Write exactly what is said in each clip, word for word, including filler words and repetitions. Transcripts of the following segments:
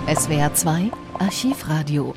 S W R zwei Archivradio.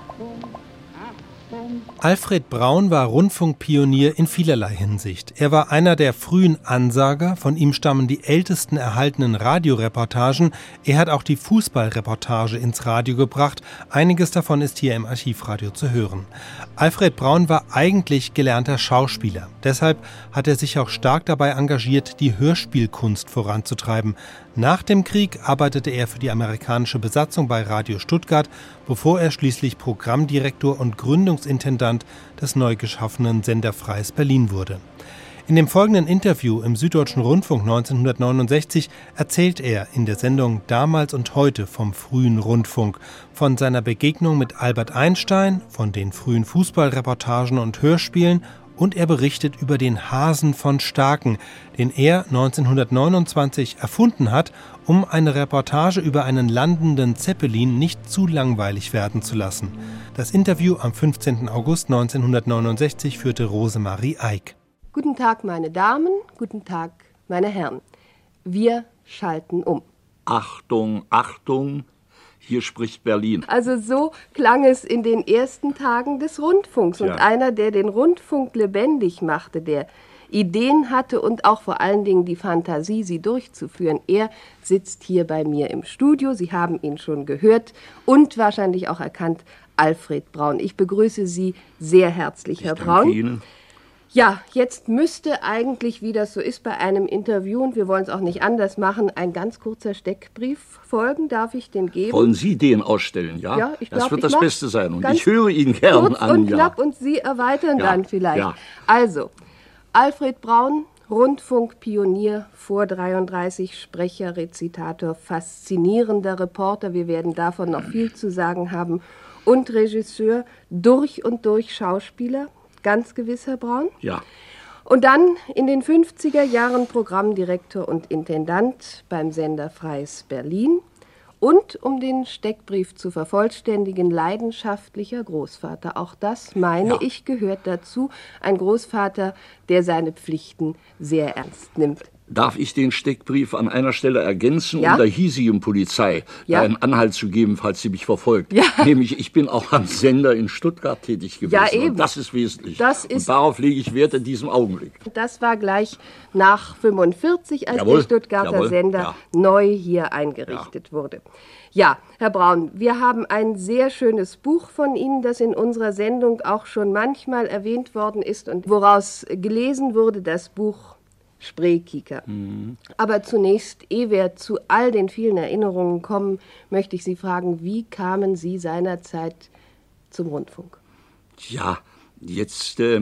Alfred Braun war Rundfunkpionier in vielerlei Hinsicht. Er war einer der frühen Ansager, von ihm stammen die ältesten erhaltenen Radioreportagen. Er hat auch die Fußballreportage ins Radio gebracht. Einiges davon ist hier im Archivradio zu hören. Alfred Braun war eigentlich gelernter Schauspieler. Deshalb hat er sich auch stark dabei engagiert, die Hörspielkunst voranzutreiben. Nach dem Krieg arbeitete er für die amerikanische Besatzung bei Radio Stuttgart, bevor er schließlich Programmdirektor und Gründungsintendant des neu geschaffenen Sender Freies Berlin wurde. In dem folgenden Interview im Süddeutschen Rundfunk neunzehnhundertneunundsechzig erzählt er in der Sendung Damals und heute vom frühen Rundfunk, von seiner Begegnung mit Albert Einstein, von den frühen Fußballreportagen und Hörspielen, und er berichtet über den Hasen von Staaken, den er neunzehnhundertneunundzwanzig erfunden hat, um eine Reportage über einen landenden Zeppelin nicht zu langweilig werden zu lassen. Das Interview am fünfzehnten August neunzehnhundertneunundsechzig führte Rosemarie Eick. Guten Tag, meine Damen, guten Tag, meine Herren. Wir schalten um. Achtung, Achtung, hier spricht Berlin. Also so klang es in den ersten Tagen des Rundfunks. Und Ja. einer, der den Rundfunk lebendig machte, der Ideen hatte und auch vor allen Dingen die Fantasie, sie durchzuführen. Er sitzt hier bei mir im Studio. Sie haben ihn schon gehört und wahrscheinlich auch erkannt, Alfred Braun. Ich begrüße Sie sehr herzlich, Herr Ich Braun. danke Ihnen. Ja, jetzt müsste eigentlich, wie das so ist bei einem Interview, und wir wollen es auch nicht anders machen, ein ganz kurzer Steckbrief folgen. Darf ich den geben? Wollen Sie den ausstellen, ja? Ja, ich das glaub, wird ich das mach's Beste sein. Und ganz ich höre ihn gern Kurz an. und knapp ja. und Sie erweitern Ja, dann vielleicht. ja. Also, Alfred Braun, Rundfunkpionier, vor dreiunddreißig, Sprecher, Rezitator, faszinierender Reporter, wir werden davon noch viel zu sagen haben, und Regisseur, durch und durch Schauspieler, ganz gewiss, Herr Braun. Ja. Und dann in den fünfziger Jahren Programmdirektor und Intendant beim Sender Freies Berlin und, um den Steckbrief zu vervollständigen, leidenschaftlicher Großvater. Auch das, meine Ja. ich, gehört dazu. Ein Großvater, der seine Pflichten sehr ernst nimmt. Darf ich den Steckbrief an einer Stelle ergänzen, Ja. um der hiesigen Polizei Ja. einen Anhalt zu geben, falls sie mich verfolgt? Ja. Nämlich, ich bin auch am Sender in Stuttgart tätig gewesen. Ja, eben. Und das ist wesentlich. Das ist- Und darauf lege ich Wert in diesem Augenblick. Das war gleich nach fünfundvierzig, als Jawohl, der Stuttgarter jawohl, Sender ja. neu hier eingerichtet wurde. Ja, Herr Braun, wir haben ein sehr schönes Buch von Ihnen, das in unserer Sendung auch schon manchmal erwähnt worden ist und woraus gelesen wurde, das Buch Spreekieker. Aber zunächst, ehe wir zu all den vielen Erinnerungen kommen, möchte ich Sie fragen, wie kamen Sie seinerzeit zum Rundfunk? Ja, jetzt äh,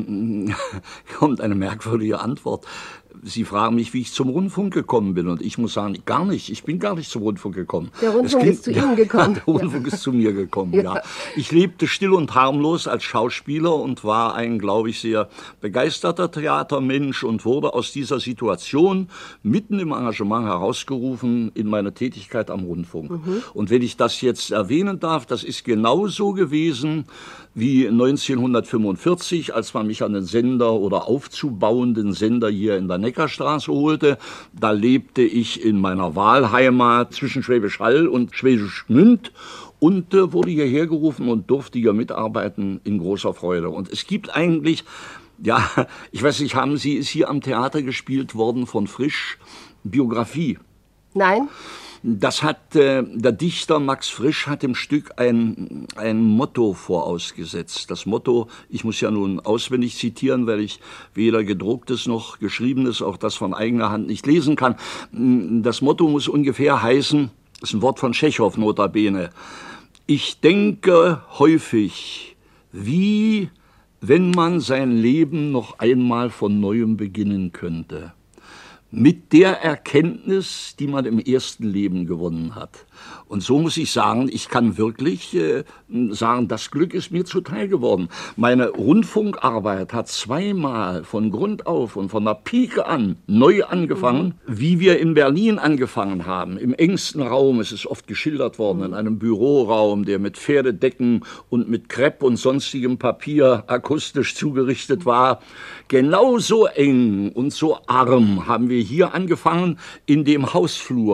kommt eine merkwürdige Antwort. Sie fragen mich, wie ich zum Rundfunk gekommen bin. Und ich muss sagen, gar nicht. Ich bin gar nicht zum Rundfunk gekommen. Der Rundfunk Das ist zu Ihnen gekommen. Ja, der Rundfunk ist zu mir gekommen, Ja. ja. Ich lebte still und harmlos als Schauspieler und war ein, glaube ich, sehr begeisterter Theatermensch und wurde aus dieser Situation mitten im Engagement herausgerufen in meine Tätigkeit am Rundfunk. Und wenn ich das jetzt erwähnen darf, das ist genauso gewesen wie neunzehnhundertfünfundvierzig, als man mich an den Sender oder aufzubauenden Sender hier in der Neckarstraße holte. Da lebte ich in meiner Wahlheimat zwischen Schwäbisch Hall und Schwäbisch Gmünd und äh, wurde hierher gerufen und durfte hier mitarbeiten in großer Freude. Und es gibt eigentlich, ja, ich weiß nicht, haben Sie, ist hier am Theater gespielt worden von Frisch, Biografie. Nein? Das hat äh, der Dichter Max Frisch hat dem Stück ein, ein Motto vorausgesetzt. Das Motto, ich muss ja nun auswendig zitieren, weil ich weder gedrucktes noch geschriebenes, auch das von eigener Hand nicht lesen kann. Das Motto muss ungefähr heißen, das ist ein Wort von Tschechow notabene, ich denke häufig, wie wenn man sein Leben noch einmal von Neuem beginnen könnte. Mit der Erkenntnis, die man im ersten Leben gewonnen hat. Und so muss ich sagen, ich kann wirklich äh, sagen, das Glück ist mir zuteil geworden. Meine Rundfunkarbeit hat zweimal von Grund auf und von der Pike an neu angefangen, mhm. wie wir in Berlin angefangen haben. Im engsten Raum, es ist oft geschildert worden, in einem Büroraum, der mit Pferdedecken und mit Krepp und sonstigem Papier akustisch zugerichtet war. Genauso eng und so arm haben wir hier angefangen in dem Hausflur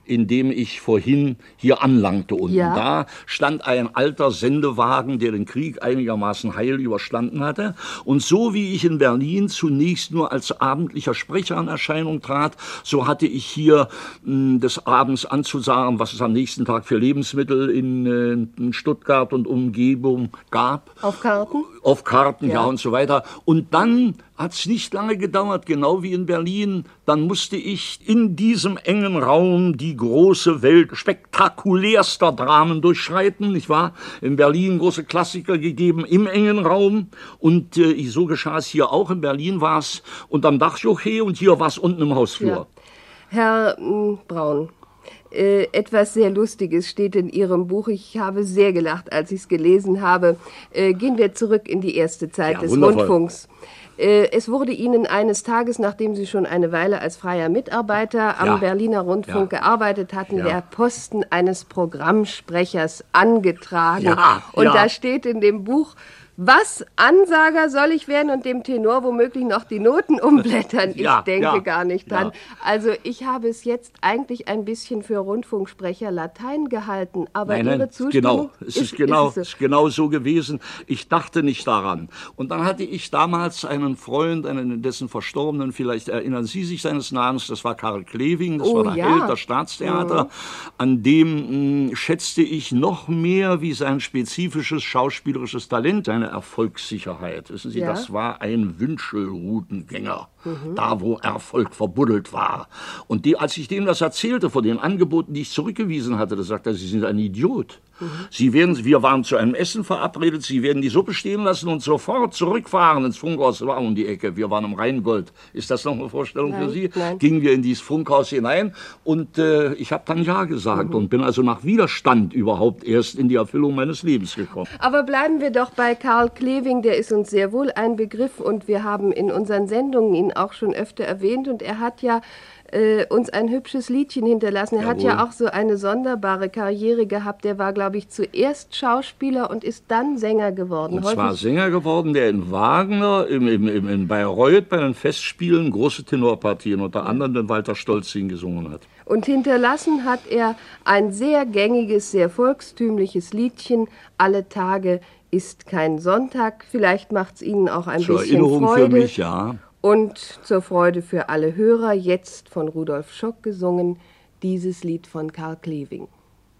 in dem ich vorhin hier anlangte unten. Ja. Da stand ein alter Sendewagen, der den Krieg einigermaßen heil überstanden hatte. Und so wie ich in Berlin zunächst nur als abendlicher Sprecher in Erscheinung trat, so hatte ich hier mh, des Abends anzusagen, was es am nächsten Tag für Lebensmittel in, äh, in Stuttgart und Umgebung gab. Auf Karten? Auf Karten, ja, Ja. und so weiter. Und dann hat es nicht lange gedauert, genau wie in Berlin. Dann musste ich in diesem engen Raum die große Welt spektakulärster Dramen durchschreiten, nicht wahr? In Berlin große Klassiker gegeben im engen Raum. Und äh, so geschah es hier auch. In Berlin war es unterm Dachjoche und hier war es unten im Hausflur. Ja. Herr mh, Braun, äh, etwas sehr Lustiges steht in Ihrem Buch. Ich habe sehr gelacht, als ich es gelesen habe. Äh, gehen wir zurück in die erste Zeit Ja, des wundervoll. Rundfunks. Äh, es wurde Ihnen eines Tages, nachdem Sie schon eine Weile als freier Mitarbeiter am Ja. Berliner Rundfunk Ja. gearbeitet hatten, Ja. der Posten eines Programmsprechers angetragen. Ja, Und ja. da steht in dem Buch: Was Ansager soll ich werden und dem Tenor womöglich noch die Noten umblättern? Ich Ja, denke ja, gar nicht dran. ja. Also ich habe es jetzt eigentlich ein bisschen für Rundfunksprecher Latein gehalten, aber Nein, Ihre nein, Zustimmung genau. Es ist, genau, ist es ist genau so gewesen. Ich dachte nicht daran. Und dann hatte ich damals einen Freund, einen dessen Verstorbenen, vielleicht erinnern Sie sich seines Namens, das war Karl Kleving, das Oh, war der ja. Held der Staatstheater. An dem mh, schätzte ich noch mehr wie sein spezifisches schauspielerisches Talent, seine Erfolgssicherheit. Wissen Sie, Ja. das war ein Wünschelroutengänger, da wo Erfolg verbuddelt war. Und die, als ich dem das erzählte, von den Angeboten, die ich zurückgewiesen hatte, da sagte er, Sie sind ein Idiot. Sie werden, wir waren zu einem Essen verabredet, Sie werden die Suppe stehen lassen und sofort zurückfahren ins Funkhaus. Das war um die Ecke, wir waren im Rheingold. Ist das noch eine Vorstellung Nein, für Sie? nein. Gingen wir in dieses Funkhaus hinein und äh, ich habe dann Ja gesagt und bin also nach Widerstand überhaupt erst in die Erfüllung meines Lebens gekommen. Aber bleiben wir doch bei Karl Kleving, der ist uns sehr wohl ein Begriff und wir haben in unseren Sendungen ihn auch schon öfter erwähnt und er hat ja äh, uns ein hübsches Liedchen hinterlassen. Er hat Jawohl. ja auch so eine sonderbare Karriere gehabt. Der war, glaube ich, zuerst Schauspieler und ist dann Sänger geworden. Und zwar Sänger geworden, der in Wagner, im, im, im, in Bayreuth bei den Festspielen große Tenorpartien, unter anderem den Walter Stolzing gesungen hat. Und hinterlassen hat er ein sehr gängiges, sehr volkstümliches Liedchen, Alle Tage ist kein Sonntag. Vielleicht macht es Ihnen auch ein Zur bisschen Erinnerung Freude. für mich, ja. Und zur Freude für alle Hörer, jetzt von Rudolf Schock gesungen, dieses Lied von Karl Kleving.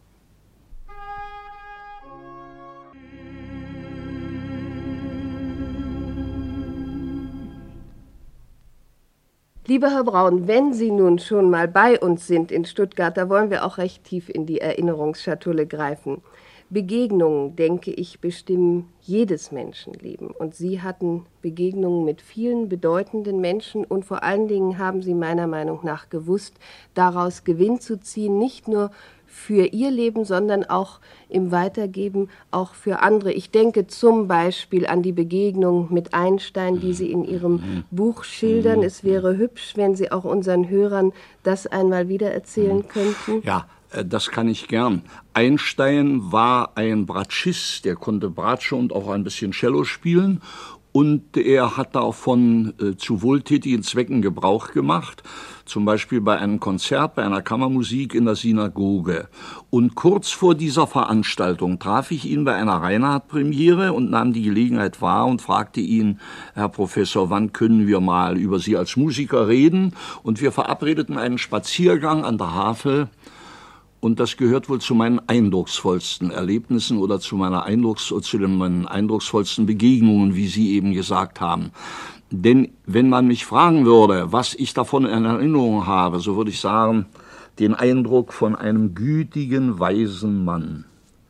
Lieber Herr Braun, wenn Sie nun schon mal bei uns sind in Stuttgart, da wollen wir auch recht tief in die Erinnerungsschatulle greifen. Begegnungen, denke ich, bestimmen jedes Menschenleben. Und Sie hatten Begegnungen mit vielen bedeutenden Menschen und vor allen Dingen haben Sie meiner Meinung nach gewusst, daraus Gewinn zu ziehen, nicht nur für Ihr Leben, sondern auch im Weitergeben, auch für andere. Ich denke zum Beispiel an die Begegnung mit Einstein, die Sie in Ihrem Buch schildern. Es wäre hübsch, wenn Sie auch unseren Hörern das einmal wieder erzählen könnten. Ja, äh, das kann ich gern. Einstein war ein Bratschist, der konnte Bratsche und auch ein bisschen Cello spielen. Und er hat davon äh, zu wohltätigen Zwecken Gebrauch gemacht, zum Beispiel bei einem Konzert, bei einer Kammermusik in der Synagoge. Und kurz vor dieser Veranstaltung traf ich ihn bei einer Reinhardt-Premiere und nahm die Gelegenheit wahr und fragte ihn, Herr Professor, wann können wir mal über Sie als Musiker reden? Und wir verabredeten einen Spaziergang an der Havel. Und das gehört wohl zu meinen eindrucksvollsten Erlebnissen oder zu meiner Eindrucks, zu den meinen eindrucksvollsten Begegnungen, wie Sie eben gesagt haben. Denn wenn man mich fragen würde, was ich davon in Erinnerung habe, so würde ich sagen, den Eindruck von einem gütigen, weisen Mann,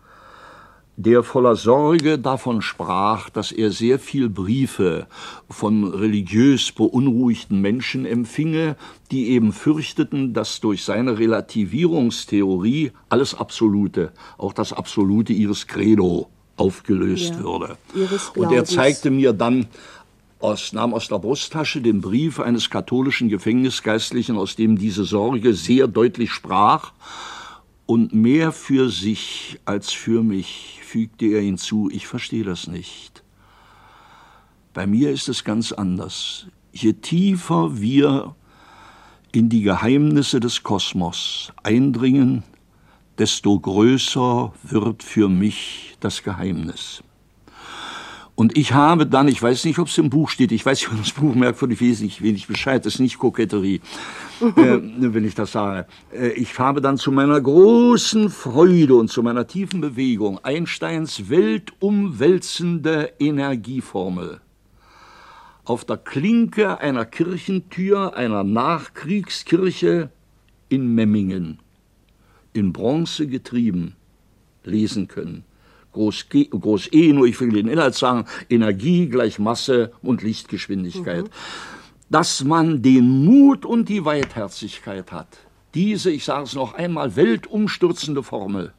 der voller Sorge davon sprach, dass er sehr viel Briefe von religiös beunruhigten Menschen empfinge, die eben fürchteten, dass durch seine Relativierungstheorie alles Absolute, auch das Absolute ihres Credo, aufgelöst Ja, würde. ihres Und er Glaubens. zeigte mir dann, aus, nahm aus der Brusttasche den Brief eines katholischen Gefängnisgeistlichen, aus dem diese Sorge sehr deutlich sprach. Und mehr für sich als für mich fügte er hinzu, ich verstehe das nicht. Bei mir ist es ganz anders. Je tiefer wir in die Geheimnisse des Kosmos eindringen, desto größer wird für mich das Geheimnis. Und ich habe dann, ich weiß nicht, ob es im Buch steht, ich weiß über das Buch merkwürdig wesentlich wenig Bescheid, das ist nicht Koketterie, äh, wenn ich das sage. Äh, ich habe dann zu meiner großen Freude und zu meiner tiefen Bewegung Einsteins weltumwälzende Energieformel auf der Klinke einer Kirchentür einer Nachkriegskirche in Memmingen, in Bronze getrieben, lesen können. Groß, G, Groß E, nur ich will den Inhalt sagen, Energie gleich Masse und Lichtgeschwindigkeit. Mhm. Dass man den Mut und die Weitherzigkeit hat, diese, ich sage es noch einmal, weltumstürzende Formel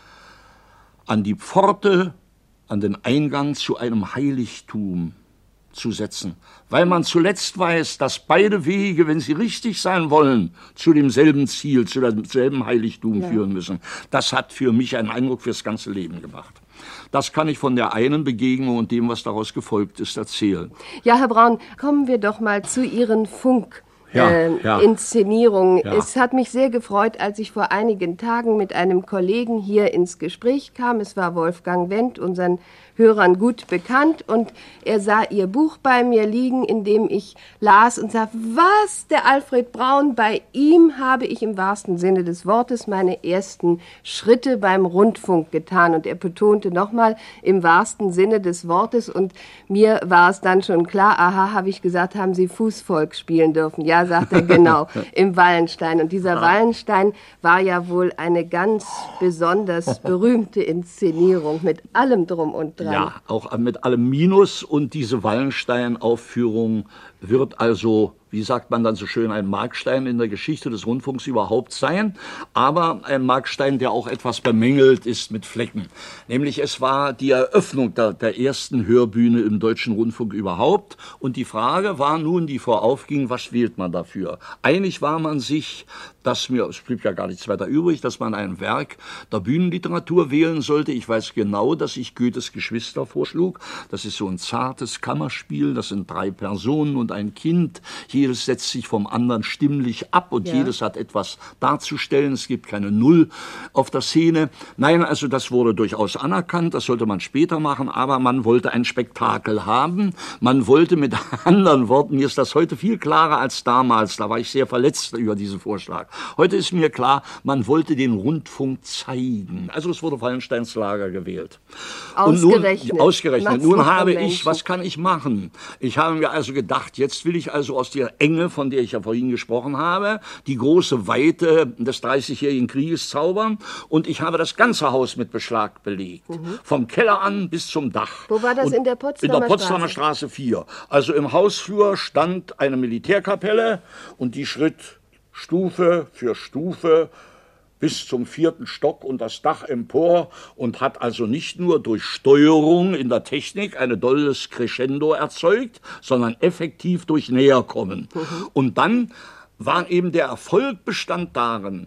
an die Pforte, an den Eingang zu einem Heiligtum zu setzen, weil man zuletzt weiß, dass beide Wege, wenn sie richtig sein wollen, zu demselben Ziel, zu demselben Heiligtum ja. führen müssen. Das hat für mich einen Eindruck fürs ganze Leben gemacht. Das kann ich von der einen Begegnung und dem, was daraus gefolgt ist, erzählen. Ja, Herr Braun, kommen wir doch mal zu Ihren Funk. Ja, äh, ja. Inszenierung. Ja. Es hat mich sehr gefreut, als ich vor einigen Tagen mit einem Kollegen hier ins Gespräch kam. Es war Wolfgang Wendt, unseren Hörern gut bekannt, und er sah Ihr Buch bei mir liegen, in dem ich las und sagte, was, der Alfred Braun, bei ihm habe ich im wahrsten Sinne des Wortes meine ersten Schritte beim Rundfunk getan. Und er betonte nochmal, im wahrsten Sinne des Wortes, und mir war es dann schon klar, aha, habe ich gesagt, haben Sie Fußvolk spielen dürfen? Ja, sagt er, genau, im Wallenstein. Und dieser Wallenstein war ja wohl eine ganz besonders berühmte Inszenierung mit allem drum und dran. Ja, auch mit allem Minus, und diese Wallenstein-Aufführung wird also, wie sagt man dann so schön, ein Markstein in der Geschichte des Rundfunks überhaupt sein, aber ein Markstein, der auch etwas bemängelt ist mit Flecken. Nämlich es war die Eröffnung der, der ersten Hörbühne im Deutschen Rundfunk überhaupt, und die Frage war nun, die voraufging, was wählt man dafür? Einig war man sich, dass mir, es blieb ja gar nichts weiter übrig, dass man ein Werk der Bühnenliteratur wählen sollte. Ich weiß genau, dass ich Goethes Geschwister vorschlug. Das ist so ein zartes Kammerspiel, das sind drei Personen und ein Kind. Jedes setzt sich vom anderen stimmlich ab und ja. jedes hat etwas darzustellen. Es gibt keine Null auf der Szene. Nein, also das wurde durchaus anerkannt, das sollte man später machen, aber man wollte ein Spektakel haben. Man wollte mit anderen Worten, mir ist das heute viel klarer als damals, da war ich sehr verletzt über diesen Vorschlag. Heute ist mir klar, man wollte den Rundfunk zeigen. Also es wurde Wallensteins Lager gewählt. Ausgerechnet. Und nun, ausgerechnet. Nun habe ich, was kann ich machen? Ich habe mir also gedacht, jetzt will ich also aus der Enge, von der ich ja vorhin gesprochen habe, die große Weite des Dreißigjährigen Krieges zaubern, und ich habe das ganze Haus mit Beschlag belegt. Mhm. Vom Keller an bis zum Dach. Wo war das, und in der Potsdamer Straße? In der Potsdamer Straße vier. Also im Hausflur stand eine Militärkapelle, und die schritt Stufe für Stufe bis zum vierten Stock und das Dach empor und hat also nicht nur durch Steuerung in der Technik ein dolles Crescendo erzeugt, sondern effektiv durch Näherkommen. Mhm. Und dann war eben der Erfolg bestand darin,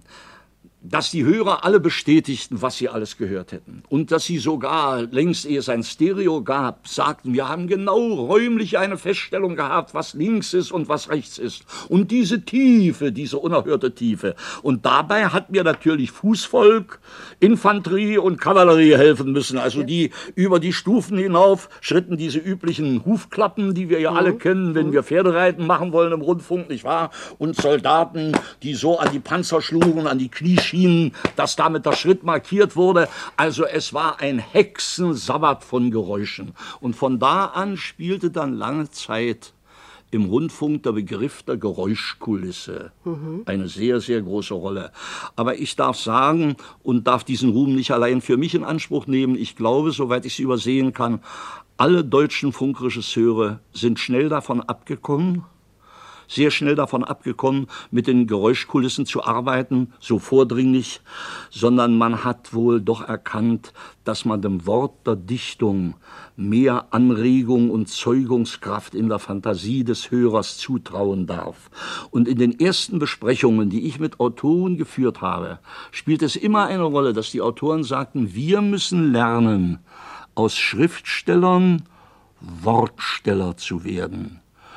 dass die Hörer alle bestätigten, was sie alles gehört hätten. Und dass sie sogar, längst ehe es ein Stereo gab, sagten, wir haben genau räumlich eine Feststellung gehabt, was links ist und was rechts ist. Und diese Tiefe, diese unerhörte Tiefe. Und dabei hat mir natürlich Fußvolk, Infanterie und Kavallerie helfen müssen. Also die über die Stufen hinauf schritten diese üblichen Hufklappen, die wir ja mhm. alle kennen, wenn wir Pferdereiten machen wollen im Rundfunk, nicht wahr? Und Soldaten, die so an die Panzer schlugen, an die Knie schienen, dass damit der Schritt markiert wurde. Also es war ein Hexensabbat von Geräuschen. Und von da an spielte dann lange Zeit im Rundfunk der Begriff der Geräuschkulisse mhm. eine sehr, sehr große Rolle. Aber ich darf sagen und darf diesen Ruhm nicht allein für mich in Anspruch nehmen. Ich glaube, soweit ich es übersehen kann, alle deutschen Funkregisseure sind schnell davon abgekommen, sehr schnell davon abgekommen, mit den Geräuschkulissen zu arbeiten, so vordringlich, sondern man hat wohl doch erkannt, dass man dem Wort der Dichtung mehr Anregung und Zeugungskraft in der Fantasie des Hörers zutrauen darf. Und in den ersten Besprechungen, die ich mit Autoren geführt habe, spielt es immer eine Rolle, dass die Autoren sagten, wir müssen lernen, aus Schriftstellern Wortsteller zu werden.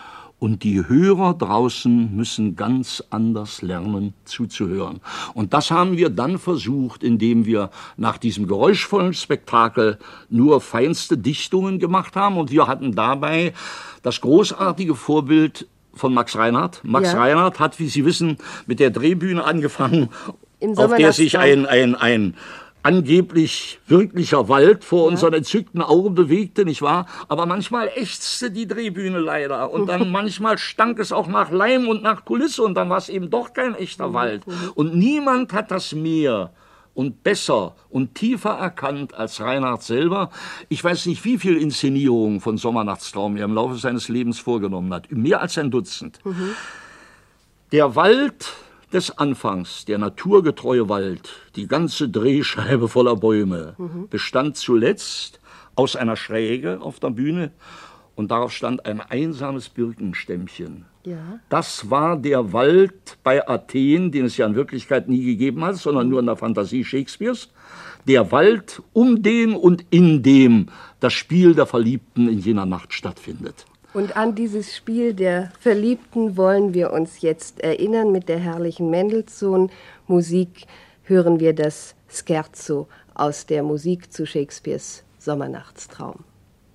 Und die Hörer draußen müssen ganz anders lernen, zuzuhören. Und das haben wir dann versucht, indem wir nach diesem geräuschvollen Spektakel nur feinste Dichtungen gemacht haben. Und wir hatten dabei das großartige Vorbild von Max Reinhardt. Max ja. Reinhardt hat, wie Sie wissen, mit der Drehbühne angefangen, auf der sich ein, ein, ein angeblich wirklicher Wald vor ja. unseren entzückten Augen bewegte, nicht wahr? Aber manchmal ächzte die Drehbühne leider. Und dann manchmal stank es auch nach Leim und nach Kulisse. Und dann war es eben doch kein echter Wald. Und niemand hat das mehr und besser und tiefer erkannt als Reinhardt selber. Ich weiß nicht, wie viele Inszenierungen von Sommernachtstraum er im Laufe seines Lebens vorgenommen hat. Mehr als ein Dutzend. Mhm. Der Wald des Anfangs, der naturgetreue Wald, die ganze Drehscheibe voller Bäume, mhm. bestand zuletzt aus einer Schräge auf der Bühne und darauf stand ein einsames Birkenstämmchen. Ja. Das war der Wald bei Athen, den es ja in Wirklichkeit nie gegeben hat, sondern nur in der Fantasie Shakespeares. Der Wald, um den und in dem das Spiel der Verliebten in jener Nacht stattfindet. Und an dieses Spiel der Verliebten wollen wir uns jetzt erinnern. Mit der herrlichen Mendelssohn-Musik hören wir das Scherzo aus der Musik zu Shakespeares Sommernachtstraum.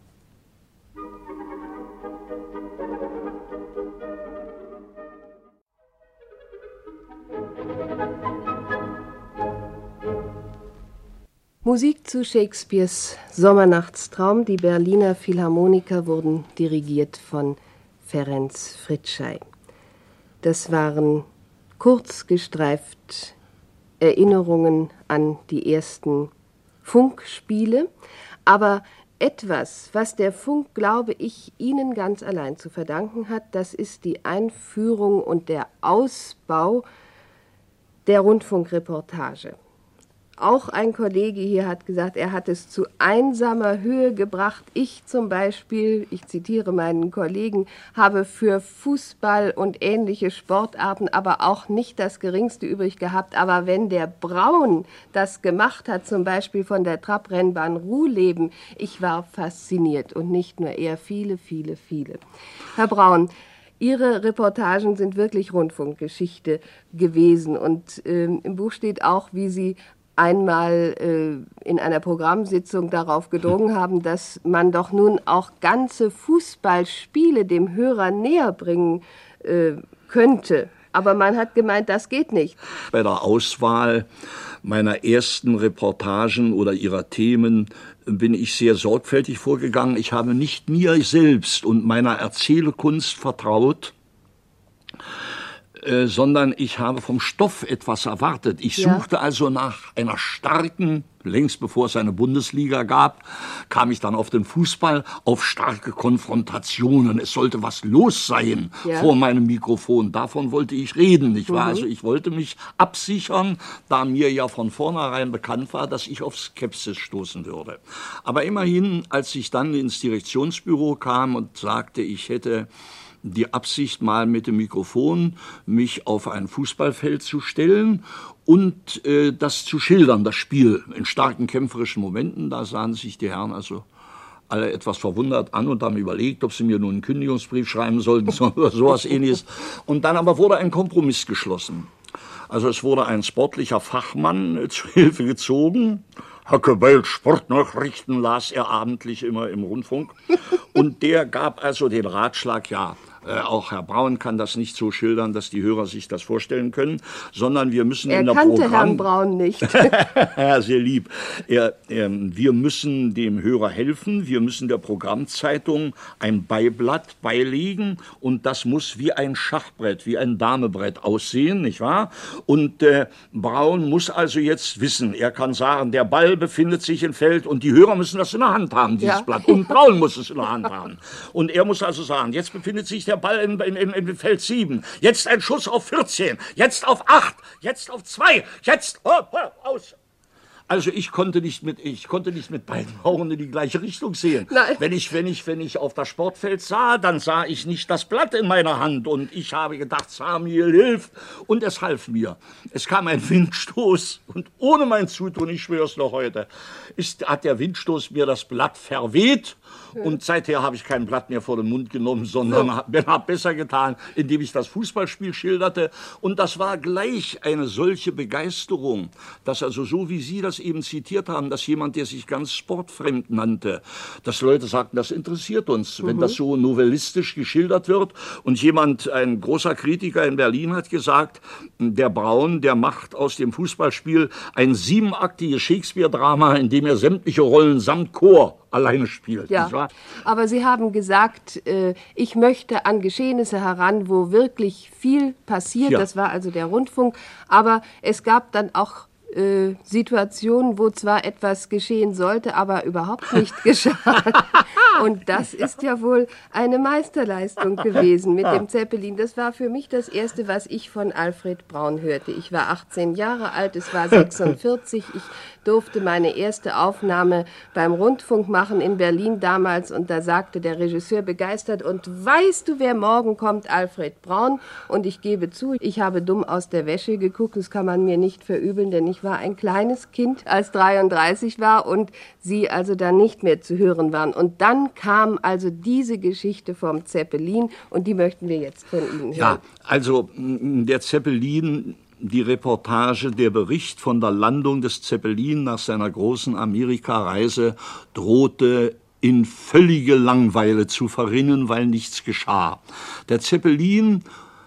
Musik zu Shakespeares Sommernachtstraum. Die Berliner Philharmoniker wurden dirigiert von Ferenc Fritzsche. Das waren kurz gestreift Erinnerungen an die ersten Funkspiele, aber etwas, was der Funk, glaube ich, Ihnen ganz allein zu verdanken hat, das ist die Einführung und der Ausbau der Rundfunkreportage. Auch ein Kollege hier hat gesagt, er hat es zu einsamer Höhe gebracht. Ich zum Beispiel, ich zitiere meinen Kollegen, habe für Fußball und ähnliche Sportarten aber auch nicht das Geringste übrig gehabt. Aber wenn der Braun das gemacht hat, zum Beispiel von der Trabrennbahn Ruhleben, ich war fasziniert und nicht nur er, viele, viele, viele. Herr Braun, Ihre Reportagen sind wirklich Rundfunkgeschichte gewesen und äh, im Buch steht auch, wie Sie einmal äh, in einer Programmsitzung darauf gedrungen haben, dass man doch nun auch ganze Fußballspiele dem Hörer näher bringen äh, könnte. Aber man hat gemeint, das geht nicht. Bei der Auswahl meiner ersten Reportagen oder ihrer Themen bin ich sehr sorgfältig vorgegangen. Ich habe nicht mir selbst und meiner Erzählkunst vertraut, Äh, sondern ich habe vom Stoff etwas erwartet. Ich ja. suchte also nach einer starken, längst bevor es eine Bundesliga gab, kam ich dann auf den Fußball, auf starke Konfrontationen. Es sollte was los sein ja. vor meinem Mikrofon. Davon wollte ich reden, nicht wahr? Mhm. Also ich wollte mich absichern, da mir ja von vornherein bekannt war, dass ich auf Skepsis stoßen würde. Aber immerhin, als ich dann ins Direktionsbüro kam und sagte, ich hätte die Absicht, mal mit dem Mikrofon mich auf ein Fußballfeld zu stellen und äh, das zu schildern, das Spiel in starken kämpferischen Momenten. Da sahen sich die Herren also alle etwas verwundert an und haben überlegt, ob sie mir nun einen Kündigungsbrief schreiben sollten oder sowas Ähnliches. Und dann aber wurde ein Kompromiss geschlossen. Also es wurde ein sportlicher Fachmann äh, zu Hilfe gezogen. Hackebell Sportnachrichten las er abendlich immer im Rundfunk. Und der gab also den Ratschlag, ja, Äh, auch Herr Braun kann das nicht so schildern, dass die Hörer sich das vorstellen können, sondern wir müssen er in der kannte Programm... Herrn Braun nicht. Ja, sehr lieb. Er, äh, wir müssen dem Hörer helfen, wir müssen der Programmzeitung ein Beiblatt beilegen und das muss wie ein Schachbrett, wie ein Damebrett aussehen, nicht wahr? Und äh, Braun muss also jetzt wissen, er kann sagen, der Ball befindet sich im Feld und die Hörer müssen das in der Hand haben, dieses ja. Blatt. Und Braun muss es in der Hand haben. Und er muss also sagen, jetzt befindet sich der Ball in, in, in, in Feld sieben. Jetzt ein Schuss auf vierzehn. Jetzt auf acht. Jetzt auf zwei. Jetzt oh, oh, aus. Also ich konnte nicht mit, ich konnte nicht mit beiden Augen in die gleiche Richtung sehen. Nein. Wenn ich, wenn ich, wenn ich auf das Sportfeld sah, dann sah ich nicht das Blatt in meiner Hand und ich habe gedacht, Samuel, hilf! Und es half mir. Es kam ein Windstoß und ohne mein Zutun, ich schwör's noch heute, ist, hat der Windstoß mir das Blatt verweht. Und seither habe ich kein Blatt mehr vor den Mund genommen, sondern habe hab besser getan, indem ich das Fußballspiel schilderte. Und das war gleich eine solche Begeisterung, dass also so wie Sie das eben zitiert haben, dass jemand, der sich ganz sportfremd nannte, dass Leute sagten, das interessiert uns, mhm. wenn das so novellistisch geschildert wird. Und jemand, ein großer Kritiker in Berlin hat gesagt, der Braun, der macht aus dem Fußballspiel ein siebenaktiges Shakespeare-Drama, in dem er sämtliche Rollen samt Chor alleine spielt. Ja, nicht wahr? Aber Sie haben gesagt, äh, ich möchte an Geschehnisse heran, wo wirklich viel passiert. Ja. Das war also der Rundfunk. Aber es gab dann auch äh, Situationen, wo zwar etwas geschehen sollte, aber überhaupt nicht geschah. Und das ist ja wohl eine Meisterleistung gewesen mit dem Zeppelin. Das war für mich das Erste, was ich von Alfred Braun hörte. Ich war achtzehn Jahre alt, es war sechsundvierzig. Ich durfte meine erste Aufnahme beim Rundfunk machen in Berlin damals. Und da sagte der Regisseur begeistert, und weißt du, wer morgen kommt? Alfred Braun. Und ich gebe zu, ich habe dumm aus der Wäsche geguckt. Das kann man mir nicht verübeln, denn ich war ein kleines Kind, als dreiunddreißig war und sie also dann nicht mehr zu hören waren. Und dann kam also diese Geschichte vom Zeppelin und die möchten wir jetzt von Ihnen hören. Ja, also der Zeppelin, die Reportage, der Bericht von der Landung des Zeppelin nach seiner großen Amerikareise drohte in völlige Langeweile zu verrinnen, weil nichts geschah. Der Zeppelin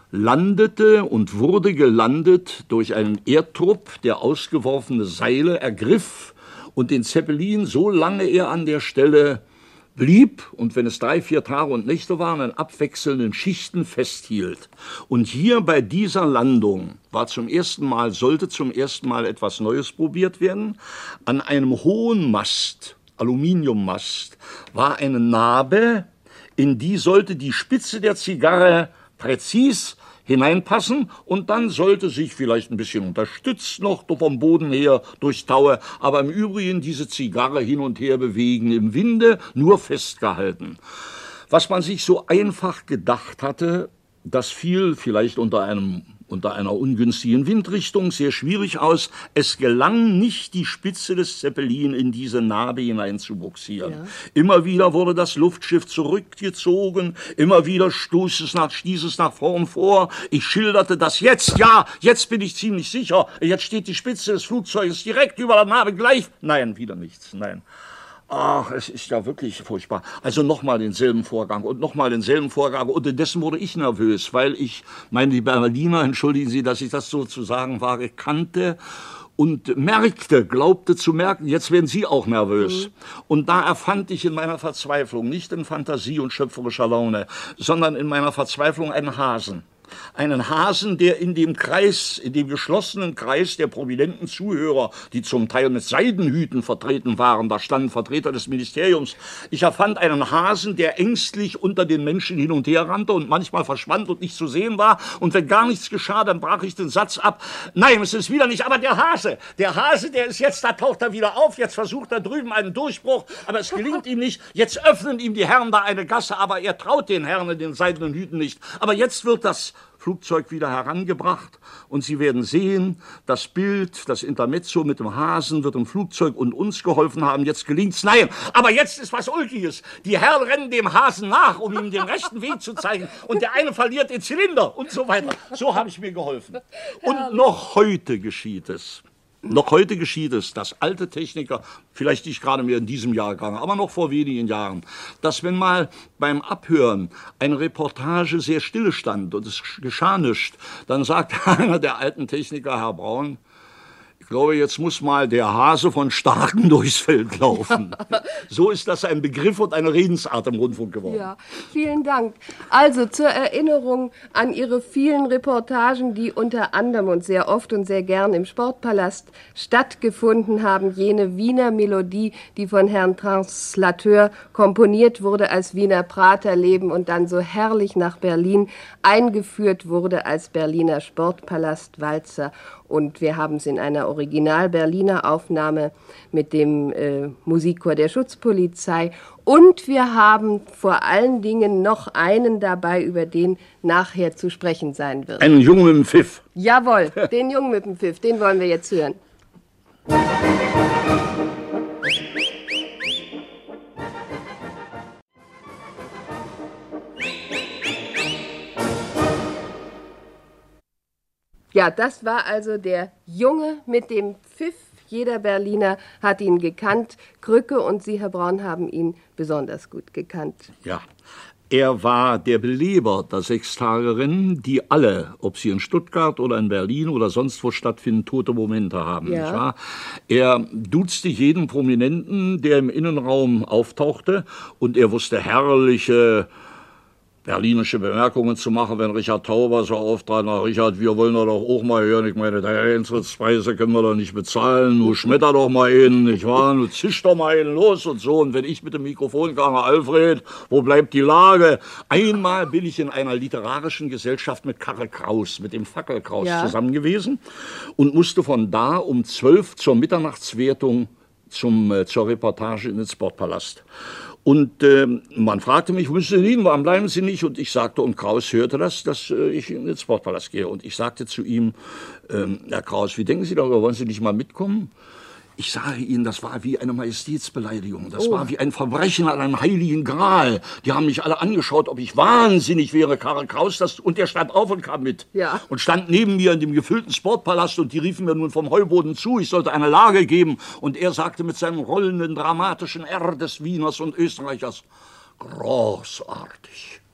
landete und wurde gelandet durch einen Erdtrupp, der ausgeworfene Seile ergriff und den Zeppelin, solange er an der Stelle blieb und wenn es drei, vier Tage und Nächte waren, in abwechselnden Schichten festhielt. Und hier bei dieser Landung war zum ersten Mal, sollte zum ersten Mal etwas Neues probiert werden. An einem hohen Mast, Aluminiummast, war eine Narbe, in die sollte die Spitze der Zigarre präzis hineinpassen und dann sollte sich vielleicht ein bisschen unterstützt noch vom Boden her durch Taue, aber im Übrigen diese Zigarre hin und her bewegen, im Winde nur festgehalten. Was man sich so einfach gedacht hatte, das fiel vielleicht unter einem unter einer ungünstigen Windrichtung sehr schwierig aus. Es gelang nicht, die Spitze des Zeppelin in diese Narbe hineinzubuxieren. Ja. Immer wieder wurde das Luftschiff zurückgezogen, immer wieder stieß es nach, stieß es nach vorn vor. Ich schilderte das jetzt, ja, jetzt bin ich ziemlich sicher, jetzt steht die Spitze des Flugzeuges direkt über der Narbe gleich. Nein, wieder nichts, nein. Ach, es ist ja wirklich furchtbar. Also nochmal denselben Vorgang und nochmal denselben Vorgang. Unterdessen wurde ich nervös, weil ich meine, die Berliner, entschuldigen Sie, dass ich das so zu sagen wage, kannte und merkte, glaubte zu merken, jetzt werden Sie auch nervös. Mhm. Und da erfand ich in meiner Verzweiflung, nicht in Fantasie und schöpferischer Laune, sondern in meiner Verzweiflung einen Hasen. Einen Hasen, der in dem Kreis, in dem geschlossenen Kreis der prominenten Zuhörer, die zum Teil mit Seidenhüten vertreten waren, da standen Vertreter des Ministeriums. Ich erfand einen Hasen, der ängstlich unter den Menschen hin und her rannte und manchmal verschwand und nicht zu sehen war. Und wenn gar nichts geschah, dann brach ich den Satz ab. Nein, es ist wieder nicht, aber der Hase, der Hase, der ist jetzt, da taucht er wieder auf, jetzt versucht er drüben einen Durchbruch, aber es gelingt ihm nicht. Jetzt öffnen ihm die Herren da eine Gasse, aber er traut den Herren in den seidenen Hüten nicht. Aber jetzt wird das Flugzeug wieder herangebracht und Sie werden sehen, das Bild, das Intermezzo mit dem Hasen wird dem Flugzeug und uns geholfen haben. Jetzt gelingt's. Nein, aber jetzt ist was Ulkiges. Die Herren rennen dem Hasen nach, um ihm den rechten Weg zu zeigen und der eine verliert den Zylinder und so weiter. So habe ich mir geholfen. Und noch heute geschieht es. Noch heute geschieht es, dass alte Techniker, vielleicht nicht gerade mehr in diesem Jahrgang, aber noch vor wenigen Jahren, dass wenn mal beim Abhören eine Reportage sehr stille stand und es geschah nichts, dann sagt einer der alten Techniker, Herr Braun, ich glaube, jetzt muss mal der Hase von Starken durchs Feld laufen. So ist das ein Begriff und eine Redensart im Rundfunk geworden. Ja, vielen Dank. Also zur Erinnerung an Ihre vielen Reportagen, die unter anderem und sehr oft und sehr gern im Sportpalast stattgefunden haben. Jene Wiener Melodie, die von Herrn Translateur komponiert wurde als Wiener Praterleben und dann so herrlich nach Berlin eingeführt wurde als Berliner Sportpalastwalzer. Und wir haben es in einer Original-Berliner Aufnahme mit dem äh, Musikchor der Schutzpolizei. Und wir haben vor allen Dingen noch einen dabei, über den nachher zu sprechen sein wird. Einen Jungen mit dem Pfiff. Jawohl, den Jungen mit dem Pfiff, den wollen wir jetzt hören. Ja, das war also der Junge mit dem Pfiff. Jeder Berliner hat ihn gekannt. Krücke und Sie, Herr Braun, haben ihn besonders gut gekannt. Ja, er war der Beleber der Sechstagerennen, die alle, ob sie in Stuttgart oder in Berlin oder sonst wo stattfinden, tote Momente haben. Ja. Nicht wahr? Er duzte jeden Prominenten, der im Innenraum auftauchte, und er wusste herrliche berlinische Bemerkungen zu machen, wenn Richard Tauber so auftrat. Na, Richard, wir wollen doch auch mal hören. Ich meine, der Eintrittspreise können wir doch nicht bezahlen. Du schmetter doch mal einen, nicht wahr? Du zisch doch mal einen los und so. Und wenn ich mit dem Mikrofon kam, Alfred, wo bleibt die Lage? Einmal bin ich in einer literarischen Gesellschaft mit Karl Kraus, mit dem Fackelkraus Ja. zusammen gewesen und musste von da um zwölf zur Mitternachtswertung zum, äh, zur Reportage in den Sportpalast. Und äh, man fragte mich, wo müssen Sie hin, warum bleiben Sie nicht? Und ich sagte, und Kraus hörte das, dass äh, ich in den Sportpalast gehe. Und ich sagte zu ihm, ähm, Herr Kraus, wie denken Sie darüber, wollen Sie nicht mal mitkommen? Ich sage Ihnen, das war wie eine Majestätsbeleidigung. Das Oh. war wie ein Verbrechen an einem heiligen Gral. Die haben mich alle angeschaut, ob ich wahnsinnig wäre, Karl Kraus. Das, und der stand auf und kam mit. Ja. Und stand neben mir in dem gefüllten Sportpalast. Und die riefen mir nun vom Heuboden zu, ich sollte eine Lage geben. Und er sagte mit seinem rollenden, dramatischen R des Wieners und Österreichers, großartig.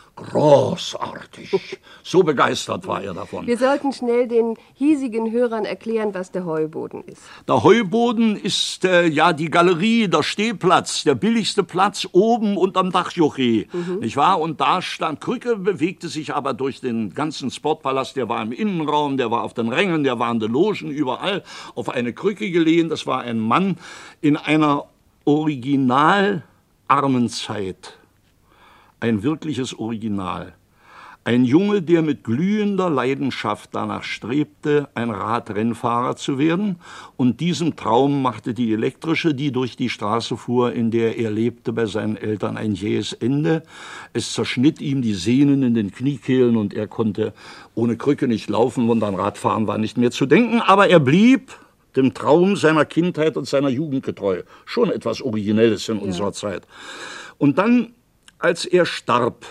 Großartig. So begeistert war er davon. Wir sollten schnell den hiesigen Hörern erklären, was der Heuboden ist. Der Heuboden ist äh, ja die Galerie, der Stehplatz, der billigste Platz oben unterm Dachjoche, mhm. nicht wahr? Und da stand Krücke, bewegte sich aber durch den ganzen Sportpalast. Der war im Innenraum, der war auf den Rängen, der war in den Logen, überall auf eine Krücke gelehnt. Das war ein Mann in einer original armen Zeit. Ein wirkliches Original. Ein Junge, der mit glühender Leidenschaft danach strebte, ein Radrennfahrer zu werden. Und diesem Traum machte die elektrische, die durch die Straße fuhr, in der er lebte, bei seinen Eltern ein jähes Ende. Es zerschnitt ihm die Sehnen in den Kniekehlen und er konnte ohne Krücke nicht laufen und an Radfahren war nicht mehr zu denken. Aber er blieb dem Traum seiner Kindheit und seiner Jugend getreu. Schon etwas Originelles in ja. unserer Zeit. Und dann, als er starb,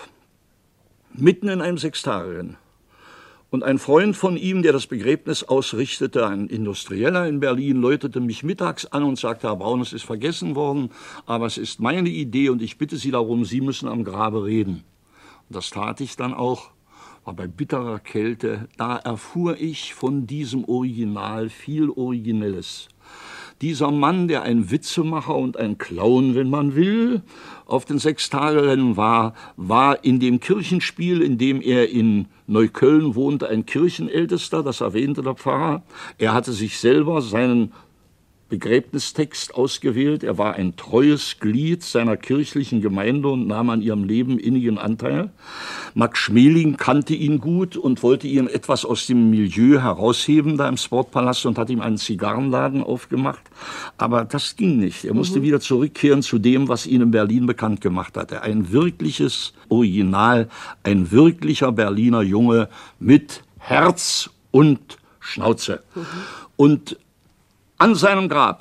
mitten in einem Sechstagerennen, und ein Freund von ihm, der das Begräbnis ausrichtete, ein Industrieller in Berlin, läutete mich mittags an und sagte, Herr Braun, es ist vergessen worden, aber es ist meine Idee und ich bitte Sie darum, Sie müssen am Grabe reden. Und das tat ich dann auch, war bei bitterer Kälte. Da erfuhr ich von diesem Original viel Originelles. Dieser Mann, der ein Witzemacher und ein Clown, wenn man will, auf den Sechstagerennen war, war in dem Kirchenspiel, in dem er in Neukölln wohnte, ein Kirchenältester, das erwähnte der Pfarrer. Er hatte sich selber seinen Begräbnistext ausgewählt. Er war ein treues Glied seiner kirchlichen Gemeinde und nahm an ihrem Leben innigen Anteil. Max Schmeling kannte ihn gut und wollte ihm etwas aus dem Milieu herausheben da im Sportpalast und hat ihm einen Zigarrenladen aufgemacht. Aber das ging nicht. Er musste mhm. wieder zurückkehren zu dem, was ihn in Berlin bekannt gemacht hatte. Ein wirkliches Original, ein wirklicher Berliner Junge mit Herz und Schnauze. Mhm. Und an seinem Grab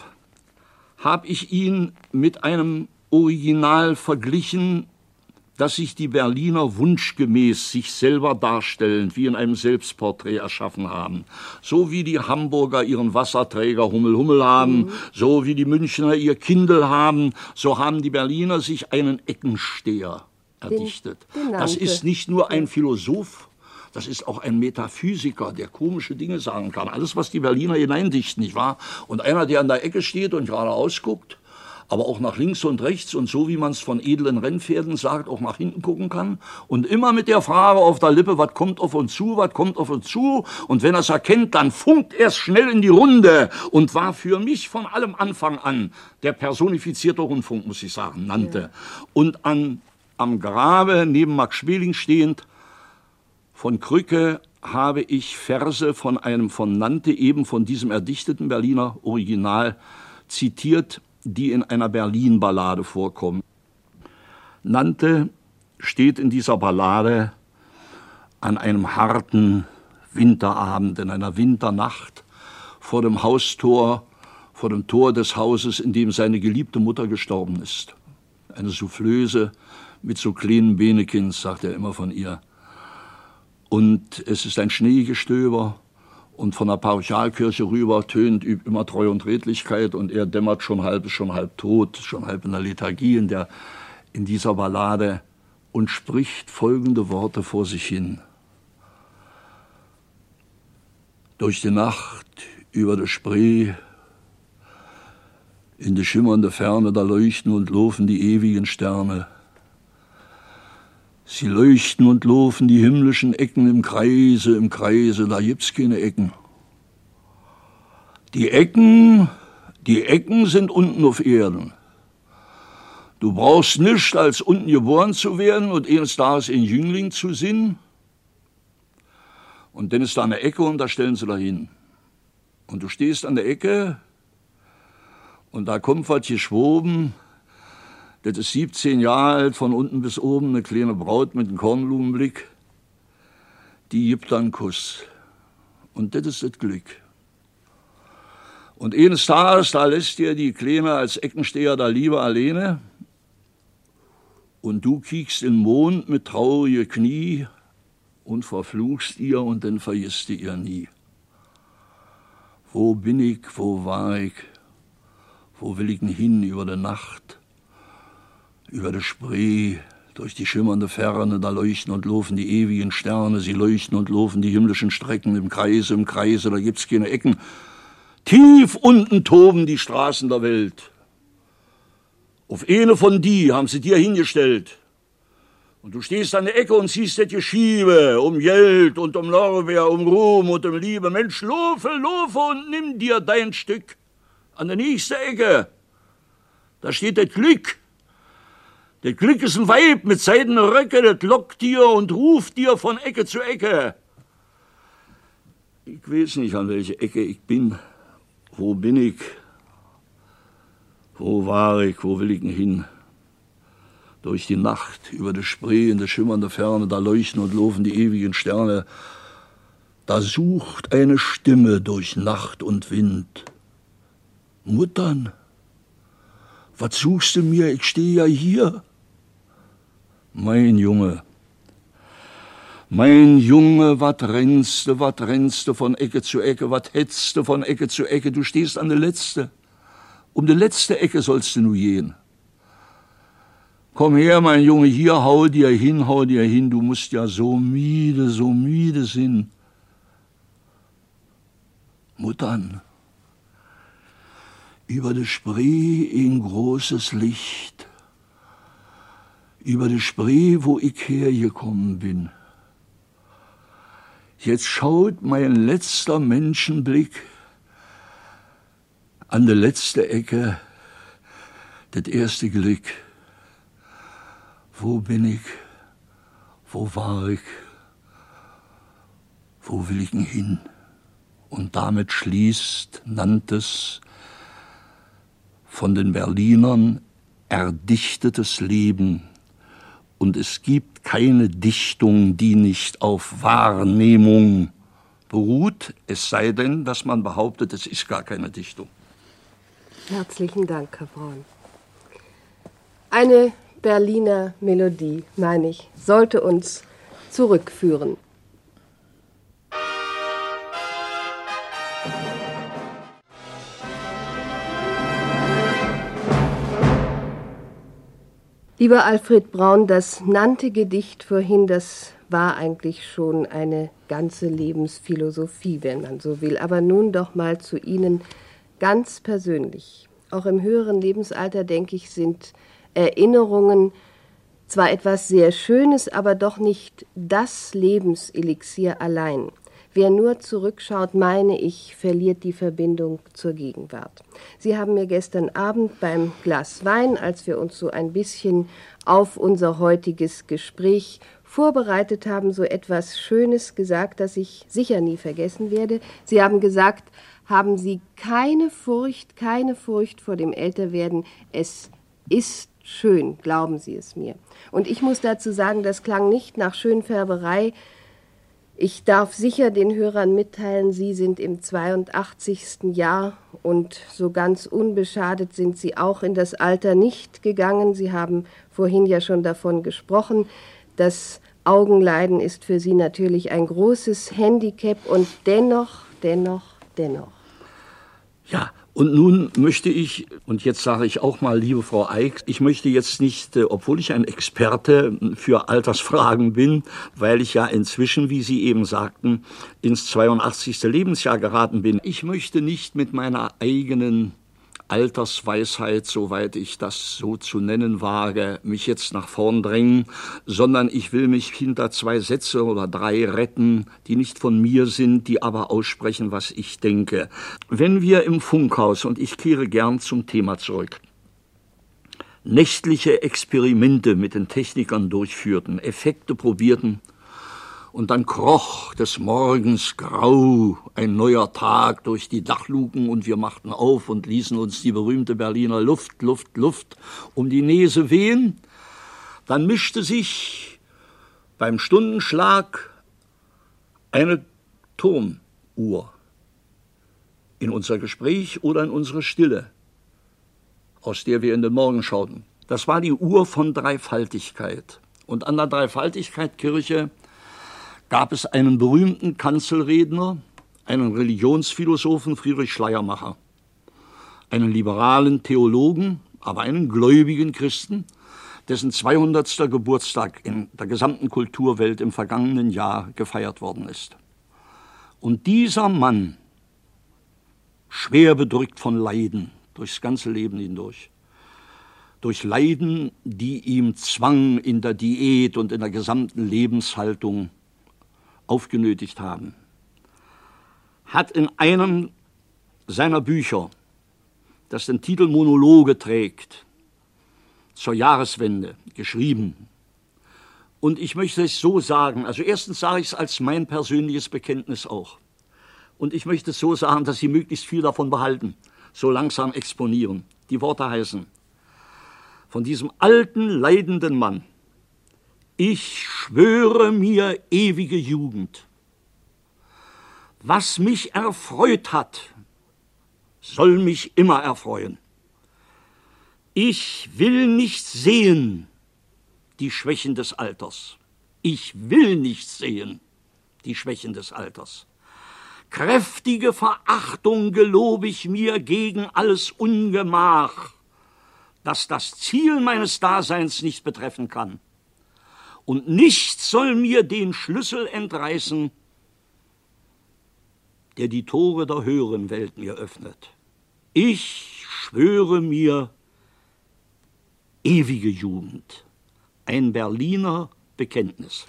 habe ich ihn mit einem Original verglichen, das sich die Berliner wunschgemäß sich selber darstellend wie in einem Selbstporträt erschaffen haben. So wie die Hamburger ihren Wasserträger Hummel Hummel haben, mhm. so wie die Münchner ihr Kindl haben, so haben die Berliner sich einen Eckensteher erdichtet. Den, den das ist nicht nur ein Philosoph, das ist auch ein Metaphysiker, der komische Dinge sagen kann. Alles, was die Berliner hineindichten, nicht wahr? Und einer, der an der Ecke steht und geradeaus guckt, aber auch nach links und rechts und so, wie man es von edlen Rennpferden sagt, auch nach hinten gucken kann. Und immer mit der Frage auf der Lippe, was kommt auf uns zu, was kommt auf uns zu? Und wenn er es erkennt, dann funkt er es schnell in die Runde. Und war für mich von allem Anfang an der personifizierte Rundfunk, muss ich sagen, nannte. Ja. Und an, am Grabe neben Max Schmeling stehend, von Krücke habe ich Verse von einem von Nante, eben von diesem erdichteten Berliner Original, zitiert, die in einer Berlin-Ballade vorkommen. Nante steht in dieser Ballade an einem harten Winterabend, in einer Winternacht, vor dem Haustor, vor dem Tor des Hauses, in dem seine geliebte Mutter gestorben ist. Eine Soufflöse mit so kleinen Benekins, sagt er immer von ihr. Und es ist ein Schneegestöber und von der Parochialkirche rüber tönt immer Treue und Redlichkeit und er dämmert schon halb, ist schon halb tot, schon halb in der Lethargie in, der, in dieser Ballade und spricht folgende Worte vor sich hin. Durch die Nacht, über der Spree, in die schimmernde Ferne, da leuchten und laufen die ewigen Sterne. Sie leuchten und laufen die himmlischen Ecken im Kreise, im Kreise, da gibt's keine Ecken. Die Ecken, die Ecken sind unten auf Erden. Du brauchst nicht, als unten geboren zu werden und erst da ist ein Jüngling zu sein. Und dann ist da eine Ecke und da stellen sie da hin. Und du stehst an der Ecke und da kommt was geschwoben. Das ist siebzehn Jahre alt, von unten bis oben, eine kleine Braut mit einem Kornblumenblick. Die gibt dann einen Kuss. Und das ist das Glück. Und eines Tages, da lässt dir die Kleine als Eckensteher da lieber alleine. Und du kiekst in den Mond mit traurigen Knie und verfluchst ihr und dann vergisst du ihr nie. Wo bin ich, wo war ich, wo will ich denn hin über die Nacht? Über die Spree, durch die schimmernde Ferne, da leuchten und laufen die ewigen Sterne, sie leuchten und laufen die himmlischen Strecken im Kreise, im Kreise, da gibt's keine Ecken. Tief unten toben die Straßen der Welt. Auf eine von die haben sie dir hingestellt. Und du stehst an der Ecke und siehst das Geschiebe um Geld und um Lorbeer, um Ruhm und um Liebe. Mensch, laufe, laufe und nimm dir dein Stück an der nächsten Ecke. Da steht das Glück. Das Glück ist ein Weib mit seidenen Röcke, das lockt dir und ruft dir von Ecke zu Ecke. Ich weiß nicht, an welche Ecke ich bin. Wo bin ich? Wo war ich? Wo will ich denn hin? Durch die Nacht, über die Spree, in der schimmernde Ferne, da leuchten und laufen die ewigen Sterne. Da sucht eine Stimme durch Nacht und Wind. Muttern, was suchst du mir? Ich stehe ja hier. Mein Junge, mein Junge, wat rennst du, wat rennst du von Ecke zu Ecke, wat hetzt du von Ecke zu Ecke, du stehst an der Letzte. Um die letzte Ecke sollst du nu gehen. Komm her, mein Junge, hier, hau dir hin, hau dir hin, du musst ja so müde, so müde sein. Muttern, über die Spree ein großes Licht, über die Spree, wo ich hergekommen bin. Jetzt schaut mein letzter Menschenblick an der letzte Ecke, das erste Glück. Wo bin ich? Wo war ich? Wo will ich denn hin? Und damit schließt Nantes von den Berlinern erdichtetes Leben. Und es gibt keine Dichtung, die nicht auf Wahrnehmung beruht, es sei denn, dass man behauptet, es ist gar keine Dichtung. Herzlichen Dank, Herr Braun. Eine Berliner Melodie, meine ich, sollte uns zurückführen. Lieber Alfred Braun, das nannte Gedicht vorhin, das war eigentlich schon eine ganze Lebensphilosophie, wenn man so will. Aber nun doch mal zu Ihnen ganz persönlich. Auch im höheren Lebensalter, denke ich, sind Erinnerungen zwar etwas sehr Schönes, aber doch nicht das Lebenselixier allein. Wer nur zurückschaut, meine ich, verliert die Verbindung zur Gegenwart. Sie haben mir gestern Abend beim Glas Wein, als wir uns so ein bisschen auf unser heutiges Gespräch vorbereitet haben, so etwas Schönes gesagt, das ich sicher nie vergessen werde. Sie haben gesagt, haben Sie keine Furcht, keine Furcht vor dem Älterwerden. Es ist schön, glauben Sie es mir. Und ich muss dazu sagen, das klang nicht nach Schönfärberei. Ich darf sicher den Hörern mitteilen, Sie sind im zweiundachtzigsten Jahr und so ganz unbeschadet sind Sie auch in das Alter nicht gegangen. Sie haben vorhin ja schon davon gesprochen. Das Augenleiden ist für Sie natürlich ein großes Handicap und dennoch, dennoch, dennoch. Ja, und nun möchte ich, und jetzt sage ich auch mal, liebe Frau Eick, ich möchte jetzt nicht, obwohl ich ein Experte für Altersfragen bin, weil ich ja inzwischen, wie Sie eben sagten, ins zweiundachtzigste Lebensjahr geraten bin. Ich möchte nicht mit meiner eigenen Altersweisheit, soweit ich das so zu nennen wage, mich jetzt nach vorn drängen, sondern ich will mich hinter zwei Sätze oder drei retten, die nicht von mir sind, die aber aussprechen, was ich denke. Wenn wir im Funkhaus, und ich kehre gern zum Thema zurück, nächtliche Experimente mit den Technikern durchführten, Effekte probierten, und dann kroch des Morgens grau ein neuer Tag durch die Dachluken und wir machten auf und ließen uns die berühmte Berliner Luft, Luft, Luft um die Nase wehen. Dann mischte sich beim Stundenschlag eine Turmuhr in unser Gespräch oder in unsere Stille, aus der wir in den Morgen schauten. Das war die Uhr von Dreifaltigkeit. Und an der Dreifaltigkeit-Kirche gab es einen berühmten Kanzelredner, einen Religionsphilosophen, Friedrich Schleiermacher, einen liberalen Theologen, aber einen gläubigen Christen, dessen zweihundertster Geburtstag in der gesamten Kulturwelt im vergangenen Jahr gefeiert worden ist. Und dieser Mann, schwer bedrückt von Leiden, durchs ganze Leben hindurch, durch Leiden, die ihm Zwang in der Diät und in der gesamten Lebenshaltung aufgenötigt haben, hat in einem seiner Bücher, das den Titel Monologe trägt, zur Jahreswende geschrieben. Und ich möchte es so sagen, also erstens sage ich es als mein persönliches Bekenntnis auch. Und ich möchte es so sagen, dass Sie möglichst viel davon behalten, so langsam exponieren. Die Worte heißen, von diesem alten, leidenden Mann: Ich schwöre mir ewige Jugend. Was mich erfreut hat, soll mich immer erfreuen. Ich will nicht sehen die Schwächen des Alters. Ich will nicht sehen die Schwächen des Alters. Kräftige Verachtung gelobe ich mir gegen alles Ungemach, das das Ziel meines Daseins nicht betreffen kann. Und nichts soll mir den Schlüssel entreißen, der die Tore der höheren Welt mir öffnet. Ich schwöre mir ewige Jugend. Ein Berliner Bekenntnis.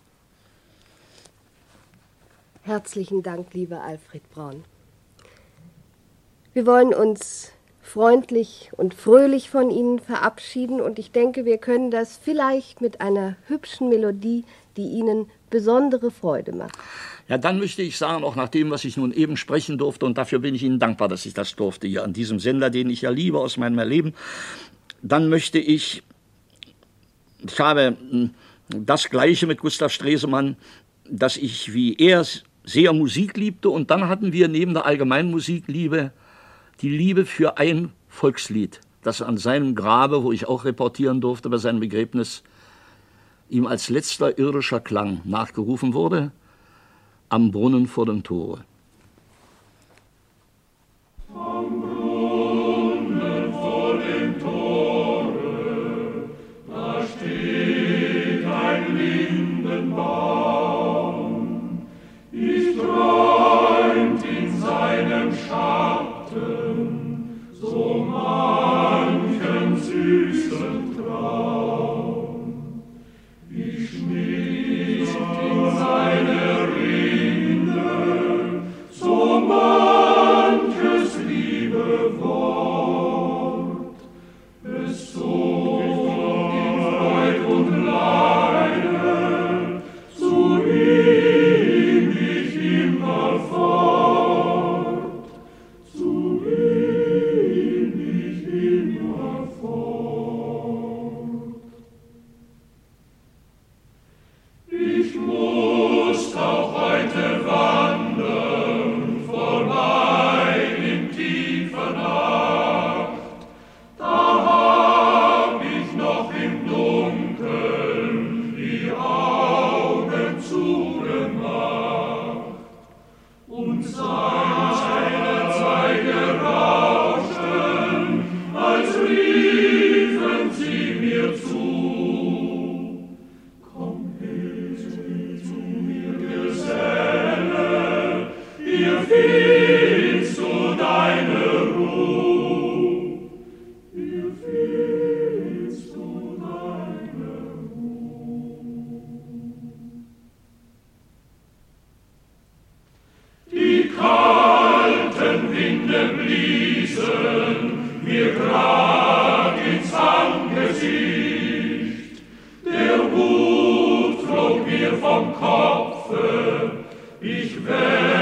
Herzlichen Dank, lieber Alfred Braun. Wir wollen uns freundlich und fröhlich von Ihnen verabschieden und ich denke, wir können das vielleicht mit einer hübschen Melodie, die Ihnen besondere Freude macht. Ja, dann möchte ich sagen, auch nach dem, was ich nun eben sprechen durfte, und dafür bin ich Ihnen dankbar, dass ich das durfte hier an diesem Sender, den ich ja liebe aus meinem Erleben, dann möchte ich, ich habe das Gleiche mit Gustav Stresemann, dass ich wie er sehr Musik liebte und dann hatten wir neben der allgemeinen Musikliebe die Liebe für ein Volkslied, das an seinem Grabe, wo ich auch reportieren durfte, bei seinem Begräbnis, ihm als letzter irdischer Klang nachgerufen wurde, am Brunnen vor dem Tore. Am Brunnen vor dem Tore, da steht ein Lindenbaum. Ich träumt in seinem Schatten so manchen süßen Traum. Ich schmied in seine Rinde so manches liebe Wort. Es zog in Freud und Leiden immerfort. Ich muss auch heute wandern, vorbei in tiefer Nacht. Da hab ich noch im Dunkeln die Augen zugemacht und seine Zeige rauschten, als riefen sie mir zu. Komm her zu mir, Geselle, hier findest du deine Ruhe. Hier findest du deine Ruhe. Die kalten Winde bliesen mir grad ins Angesicht, der Hut flog mir vom Kopfe, ich wär